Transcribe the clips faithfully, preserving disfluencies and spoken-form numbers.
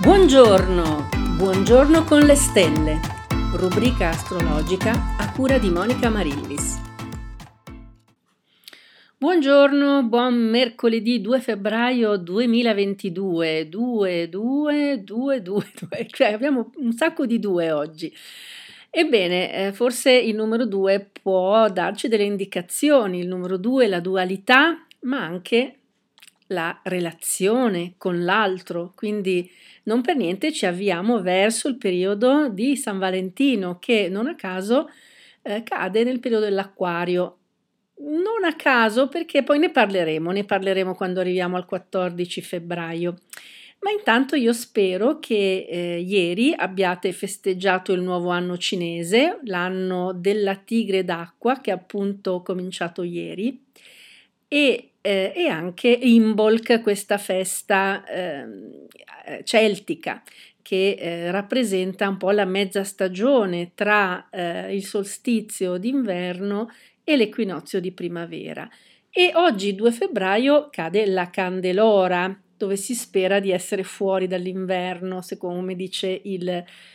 Buongiorno, buongiorno con le stelle, rubrica astrologica a cura di Monica Marillis. Buongiorno, buon mercoledì due febbraio duemilaventidue, due, due, due, due, due, cioè abbiamo un sacco di due oggi. Ebbene, eh, forse il numero due può darci delle indicazioni, il numero due, la dualità, ma anche la relazione con l'altro, quindi non per niente ci avviamo verso il periodo di San Valentino che non a caso eh, cade nel periodo dell'Acquario. Non a caso perché poi ne parleremo, ne parleremo quando arriviamo al quattordici febbraio. Ma intanto io spero che eh, ieri abbiate festeggiato il nuovo anno cinese, l'anno della tigre d'acqua che è appunto cominciato ieri e, eh, e anche Imbolc, questa festa eh, celtica che eh, rappresenta un po' la mezza stagione tra eh, il solstizio d'inverno e l'equinozio di primavera. E oggi, due febbraio, cade la Candelora, dove si spera di essere fuori dall'inverno, secondo come dice il,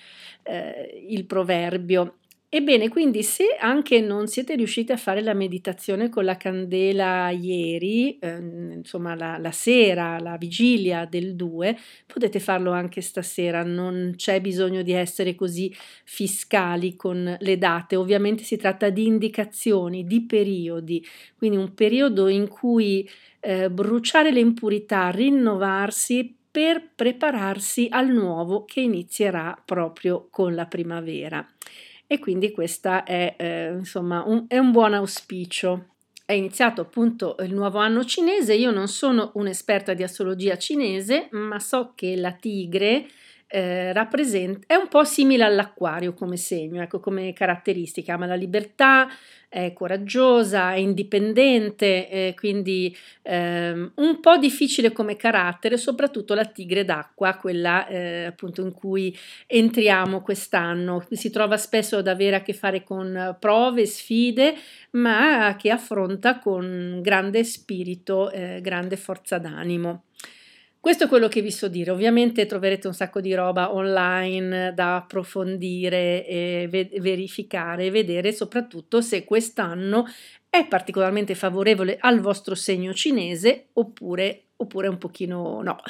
eh, il proverbio. Ebbene, quindi se anche non siete riusciti a fare la meditazione con la candela ieri, ehm, insomma la, la sera, la vigilia del due, potete farlo anche stasera, non c'è bisogno di essere così fiscali con le date, ovviamente si tratta di indicazioni, di periodi, quindi un periodo in cui eh, bruciare le impurità, rinnovarsi per prepararsi al nuovo che inizierà proprio con la primavera. E quindi questa è eh, insomma un, è un buon auspicio. È iniziato appunto il nuovo anno cinese, io non sono un'esperta di astrologia cinese, ma so che la tigre eh, rappresenta, è un po' simile all'acquario come segno, ecco, come caratteristica, ama la libertà, è coraggiosa, è indipendente, eh, quindi ehm, un po' difficile come carattere, soprattutto la tigre d'acqua, quella eh, appunto in cui entriamo quest'anno. Si trova spesso ad avere a che fare con prove, sfide, ma che affronta con grande spirito, eh, grande forza d'animo. Questo è quello che vi so dire, ovviamente troverete un sacco di roba online da approfondire e ve- verificare e vedere soprattutto se quest'anno è particolarmente favorevole al vostro segno cinese oppure, oppure un pochino no.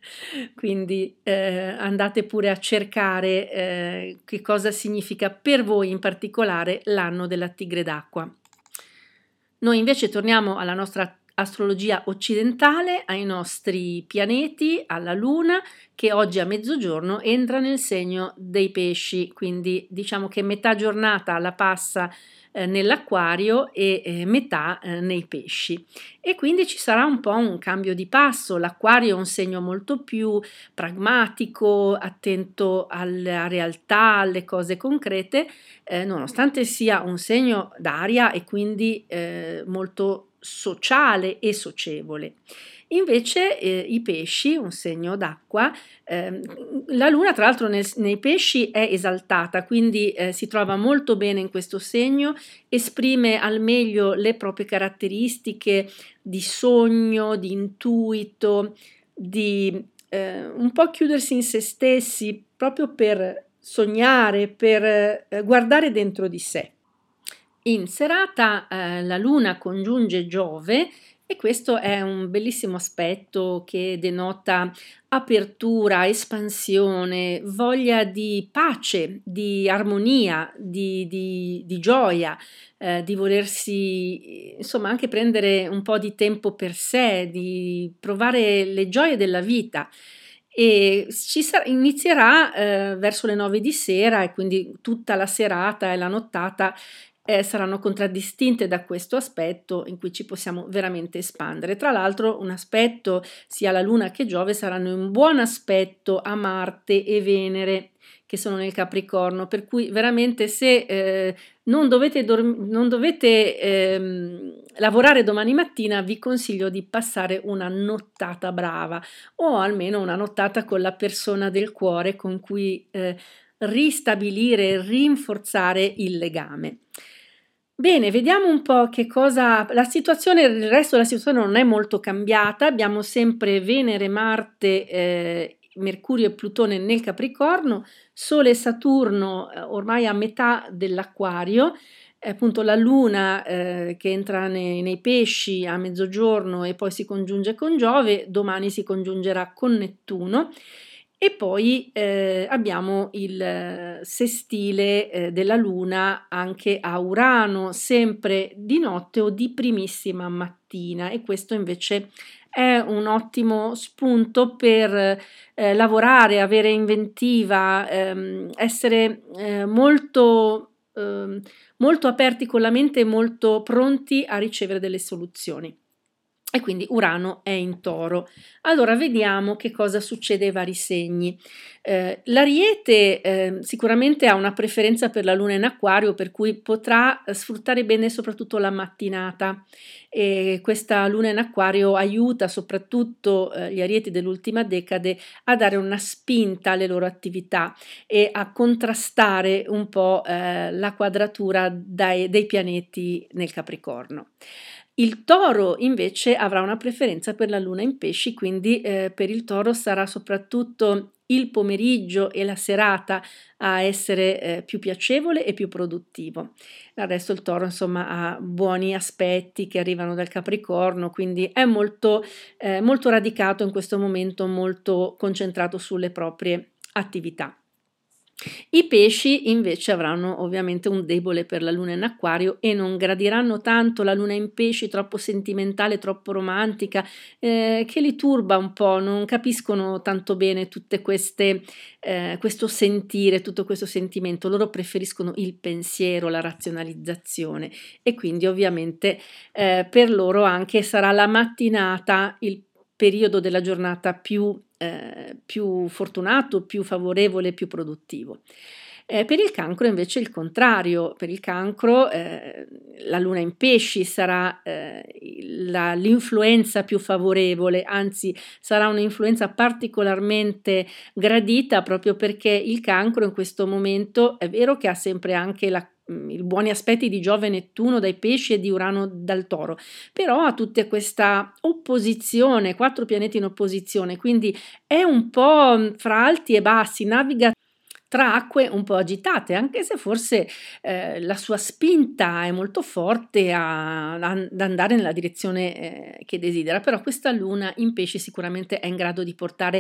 Quindi eh, andate pure a cercare eh, che cosa significa per voi in particolare l'anno della tigre d'acqua. Noi invece torniamo alla nostra astrologia occidentale, ai nostri pianeti, alla Luna, che oggi a mezzogiorno entra nel segno dei pesci, quindi diciamo che metà giornata la passa eh, nell'acquario e eh, metà eh, nei pesci. E quindi ci sarà un po' un cambio di passo. L'acquario è un segno molto più pragmatico, attento alla realtà, alle cose concrete, eh, nonostante sia un segno d'aria e quindi eh, molto sociale e socievole. Invece eh, i pesci, un segno d'acqua, ehm, la luna tra l'altro nel, nei pesci è esaltata, quindi eh, si trova molto bene in questo segno, esprime al meglio le proprie caratteristiche di sogno, di intuito, di eh, un po' chiudersi in se stessi proprio per sognare, per eh, guardare dentro di sé. In serata eh, la Luna congiunge Giove e questo è un bellissimo aspetto che denota apertura, espansione, voglia di pace, di armonia, di, di, di gioia, eh, di volersi insomma anche prendere un po' di tempo per sé, di provare le gioie della vita. E ci sarà, inizierà eh, verso le nove di sera e quindi tutta la serata e la nottata eh, saranno contraddistinte da questo aspetto in cui ci possiamo veramente espandere. Tra l'altro un aspetto, sia la Luna che Giove saranno in buon aspetto a Marte e Venere che sono nel Capricorno, per cui veramente se eh, non dovete, dorm- non dovete ehm, lavorare domani mattina vi consiglio di passare una nottata brava o almeno una nottata con la persona del cuore con cui eh, ristabilire e rinforzare il legame. Bene, vediamo un po' che cosa la situazione, il resto della situazione non è molto cambiata, abbiamo sempre Venere, Marte eh, Mercurio e Plutone nel Capricorno, Sole e Saturno eh, ormai a metà dell'Acquario, eh, appunto la Luna eh, che entra nei, nei Pesci a mezzogiorno e poi si congiunge con Giove, domani si congiungerà con Nettuno. E poi eh, abbiamo il eh, sestile eh, della Luna anche a Urano, sempre di notte o di primissima mattina, e questo invece è un ottimo spunto per eh, lavorare, avere inventiva, ehm, essere eh, molto, ehm, molto aperti con la mente e molto pronti a ricevere delle soluzioni. E quindi Urano è in Toro. Allora vediamo che cosa succede ai vari segni. Eh, L'Ariete eh, sicuramente ha una preferenza per la Luna in Acquario, per cui potrà eh, sfruttare bene soprattutto la mattinata. E questa Luna in Acquario aiuta soprattutto eh, gli Arieti dell'ultima decade a dare una spinta alle loro attività e a contrastare un po' eh, la quadratura dai, dei pianeti nel Capricorno. Il Toro invece avrà una preferenza per la Luna in Pesci, quindi eh, per il Toro sarà soprattutto il pomeriggio e la serata a essere eh, più piacevole e più produttivo. Adesso il Toro insomma ha buoni aspetti che arrivano dal Capricorno, quindi è molto, eh, molto radicato in questo momento, molto concentrato sulle proprie attività. I pesci invece avranno ovviamente un debole per la luna in Acquario e non gradiranno tanto la luna in pesci troppo sentimentale, troppo romantica, eh, che li turba un po', non capiscono tanto bene tutte queste, eh, questo sentire, tutto questo sentimento. Loro preferiscono il pensiero, la razionalizzazione, e quindi ovviamente eh, per loro anche sarà la mattinata il periodo della giornata più Eh, più fortunato, più favorevole, più produttivo. Eh, per il Cancro invece il contrario, per il Cancro eh, la luna in pesci sarà eh, la, l'influenza più favorevole, anzi sarà un'influenza particolarmente gradita, proprio perché il Cancro in questo momento è vero che ha sempre anche la i buoni aspetti di Giove e Nettuno dai pesci e di Urano dal Toro, però ha tutta questa opposizione, quattro pianeti in opposizione, quindi è un po' fra alti e bassi, naviga tra acque un po' agitate, anche se forse eh, la sua spinta è molto forte a, a, ad andare nella direzione eh, che desidera, però questa luna in pesci sicuramente è in grado di portare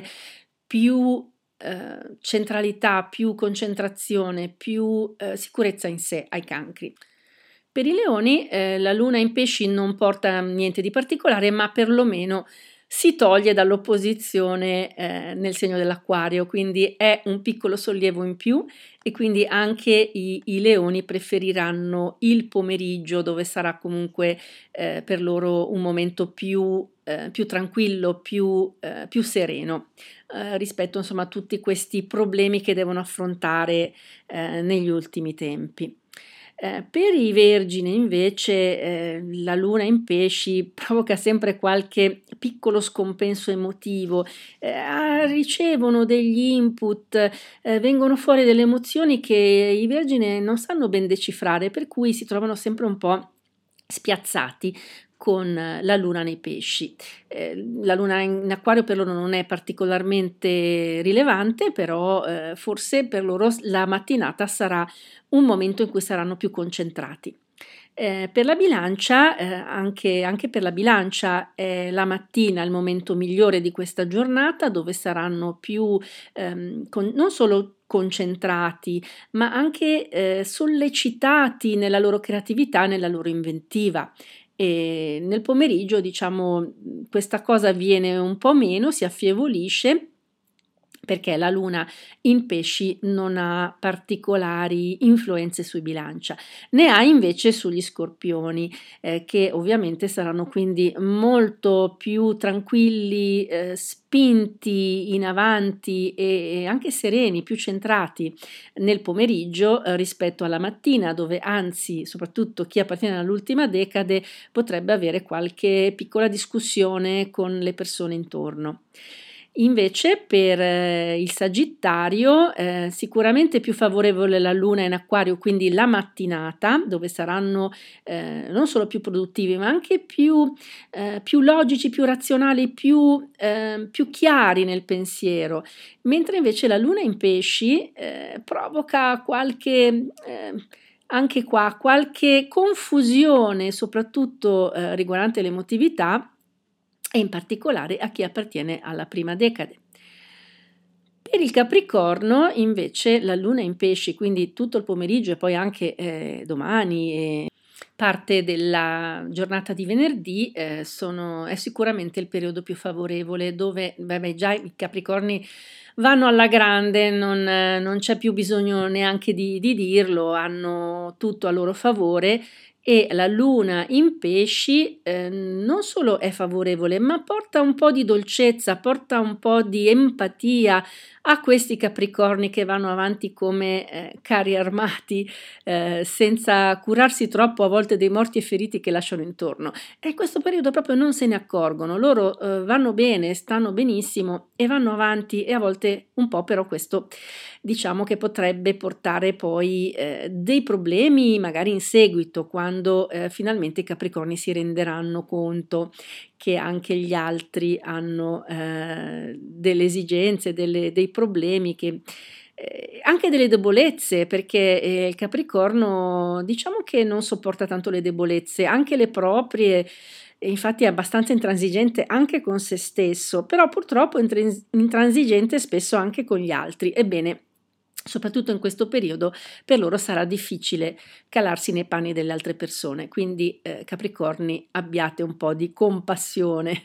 più eh, centralità, più concentrazione, più eh, sicurezza in sé ai cancri. Per i leoni eh, la luna in pesci non porta niente di particolare, ma perlomeno si toglie dall'opposizione eh, nel segno dell'Acquario, quindi è un piccolo sollievo in più, e quindi anche i, i leoni preferiranno il pomeriggio, dove sarà comunque eh, per loro un momento più, eh, più tranquillo, più, eh, più sereno eh, rispetto insomma a tutti questi problemi che devono affrontare eh, negli ultimi tempi. Eh, per i vergini invece eh, la luna in pesci provoca sempre qualche piccolo scompenso emotivo, eh, ricevono degli input, eh, vengono fuori delle emozioni che i vergini non sanno ben decifrare, per cui si trovano sempre un po' spiazzati con la luna nei pesci. Eh, la luna in acquario per loro non è particolarmente rilevante, però eh, forse per loro la mattinata sarà un momento in cui saranno più concentrati. Eh, per la bilancia, eh, anche, anche per la bilancia è la mattina il momento migliore di questa giornata, dove saranno più ehm, con, non solo concentrati, ma anche eh, sollecitati nella loro creatività, nella loro inventiva. E nel pomeriggio, diciamo, questa cosa avviene un po' meno, si affievolisce, perché la luna in pesci non ha particolari influenze sui bilancia, ne ha invece sugli scorpioni, eh, che ovviamente saranno quindi molto più tranquilli, eh, spinti in avanti e, e anche sereni, più centrati nel pomeriggio eh, rispetto alla mattina, dove anzi, soprattutto chi appartiene all'ultima decade, potrebbe avere qualche piccola discussione con le persone intorno. Invece per eh, il Sagittario eh, sicuramente più favorevole la luna in Acquario, quindi la mattinata, dove saranno eh, non solo più produttivi, ma anche più, eh, più logici, più razionali, più, eh, più chiari nel pensiero, mentre invece la luna in Pesci eh, provoca qualche... Eh, anche qua qualche confusione, soprattutto eh, riguardante l'emotività e in particolare a chi appartiene alla prima decade. Per il Capricorno invece la luna in Pesci, quindi tutto il pomeriggio e poi anche eh, domani e parte della giornata di venerdì eh, sono, è sicuramente il periodo più favorevole dove vabbè, già i Capricorni vanno alla grande, non, eh, non c'è più bisogno neanche di, di dirlo, hanno tutto a loro favore e la luna in Pesci eh, non solo è favorevole, ma porta un po' di dolcezza, porta un po' di empatia a questi Capricorni che vanno avanti come eh, carri armati eh, senza curarsi troppo a volte dei morti e feriti che lasciano intorno. E in questo periodo proprio non se ne accorgono, loro eh, vanno bene, stanno benissimo e vanno avanti e a volte un po' però questo diciamo che potrebbe portare poi eh, dei problemi magari in seguito quando eh, finalmente i Capricorni si renderanno conto che anche gli altri hanno eh, delle esigenze, delle, dei problemi, che, eh, anche delle debolezze, perché eh, il Capricorno diciamo che non sopporta tanto le debolezze, anche le proprie, e infatti è abbastanza intransigente anche con se stesso, però purtroppo intrans- intransigente spesso anche con gli altri. Ebbene, soprattutto in questo periodo per loro sarà difficile calarsi nei panni delle altre persone, quindi eh, Capricorni abbiate un po' di compassione.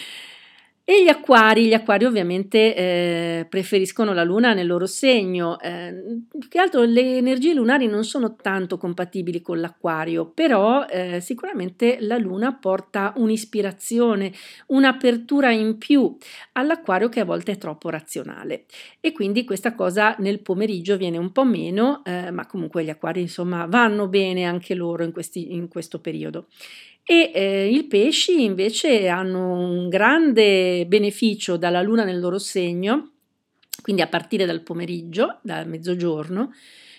E gli acquari, gli acquari ovviamente eh, preferiscono la luna nel loro segno, eh, più che altro le energie lunari non sono tanto compatibili con l'acquario, però eh, sicuramente la luna porta un'ispirazione, un'apertura in più all'acquario che a volte è troppo razionale e quindi questa cosa nel pomeriggio viene un po' meno, eh, ma comunque gli acquari insomma vanno bene anche loro in, questi, in questo periodo. E eh, i pesci invece hanno un grande beneficio dalla luna nel loro segno, quindi a partire dal pomeriggio, dal mezzogiorno,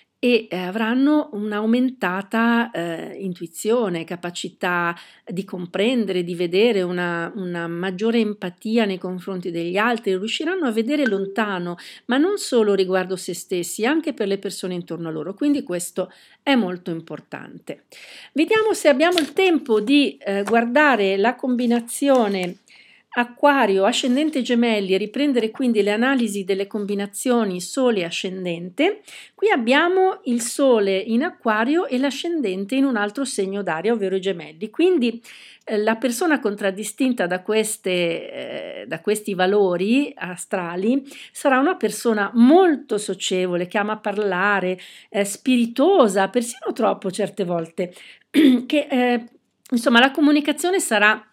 e eh, avranno un'aumentata eh, intuizione, capacità di comprendere, di vedere una, una maggiore empatia nei confronti degli altri, riusciranno a vedere lontano, ma non solo riguardo se stessi, anche per le persone intorno a loro. Quindi questo è molto importante. Vediamo se abbiamo il tempo di eh, guardare la combinazione Acquario, ascendente Gemelli e riprendere quindi le analisi delle combinazioni Sole ascendente. Qui abbiamo il Sole in Acquario e l'ascendente in un altro segno d'aria, ovvero i Gemelli. Quindi eh, la persona contraddistinta da, queste, eh, da questi valori astrali sarà una persona molto socievole, che ama parlare, eh, spiritosa, persino troppo certe volte, che eh, insomma la comunicazione sarà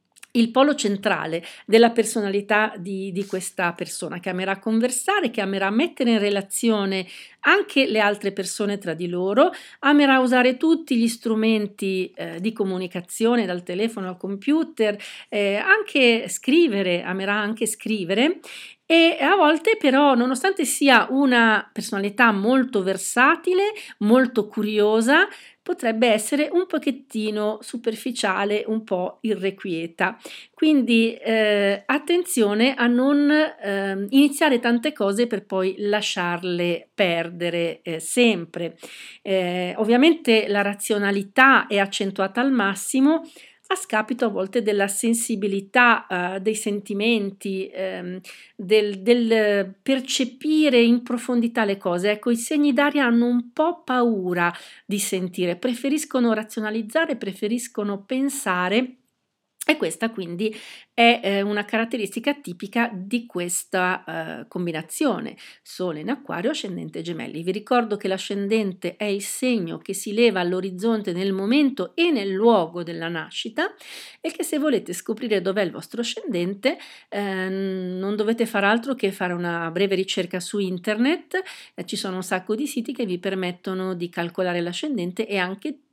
il polo centrale della personalità di, di questa persona, che amerà conversare, che amerà mettere in relazione anche le altre persone tra di loro, amerà usare tutti gli strumenti eh, di comunicazione, dal telefono al computer, eh, anche scrivere, amerà anche scrivere. E a volte però, nonostante sia una personalità molto versatile, molto curiosa, potrebbe essere un pochettino superficiale, un po' irrequieta. Quindi eh, attenzione a non eh, iniziare tante cose per poi lasciarle perdere eh, sempre. Eh, ovviamente la razionalità è accentuata al massimo, a scapito a volte della sensibilità, eh, dei sentimenti, ehm, del, del percepire in profondità le cose. Ecco, i segni d'aria hanno un po' paura di sentire, preferiscono razionalizzare, preferiscono pensare. E questa quindi è eh, una caratteristica tipica di questa eh, combinazione Sole in Acquario, ascendente Gemelli. Vi ricordo che l'ascendente è il segno che si leva all'orizzonte nel momento e nel luogo della nascita e che se volete scoprire dov'è il vostro ascendente eh, non dovete fare altro che fare una breve ricerca su internet, eh, ci sono un sacco di siti che vi permettono di calcolare l'ascendente e anche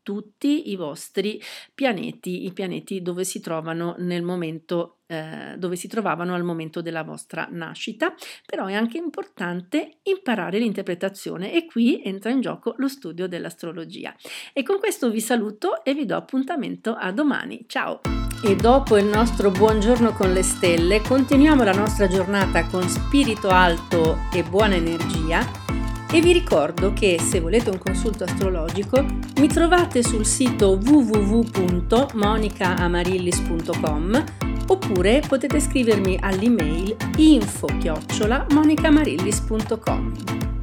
tutti i vostri pianeti, i pianeti dove si trovano nel momento eh, dove si trovavano al momento della vostra nascita, però è anche importante imparare l'interpretazione e qui entra in gioco lo studio dell'astrologia. E con questo vi saluto e vi do appuntamento a domani. Ciao! E dopo il nostro buongiorno con le stelle, continuiamo la nostra giornata con spirito alto e buona energia. E vi ricordo che se volete un consulto astrologico mi trovate sul sito w w w punto monica amarillis punto com oppure potete scrivermi all'email info chiocciola monica amarillis punto com.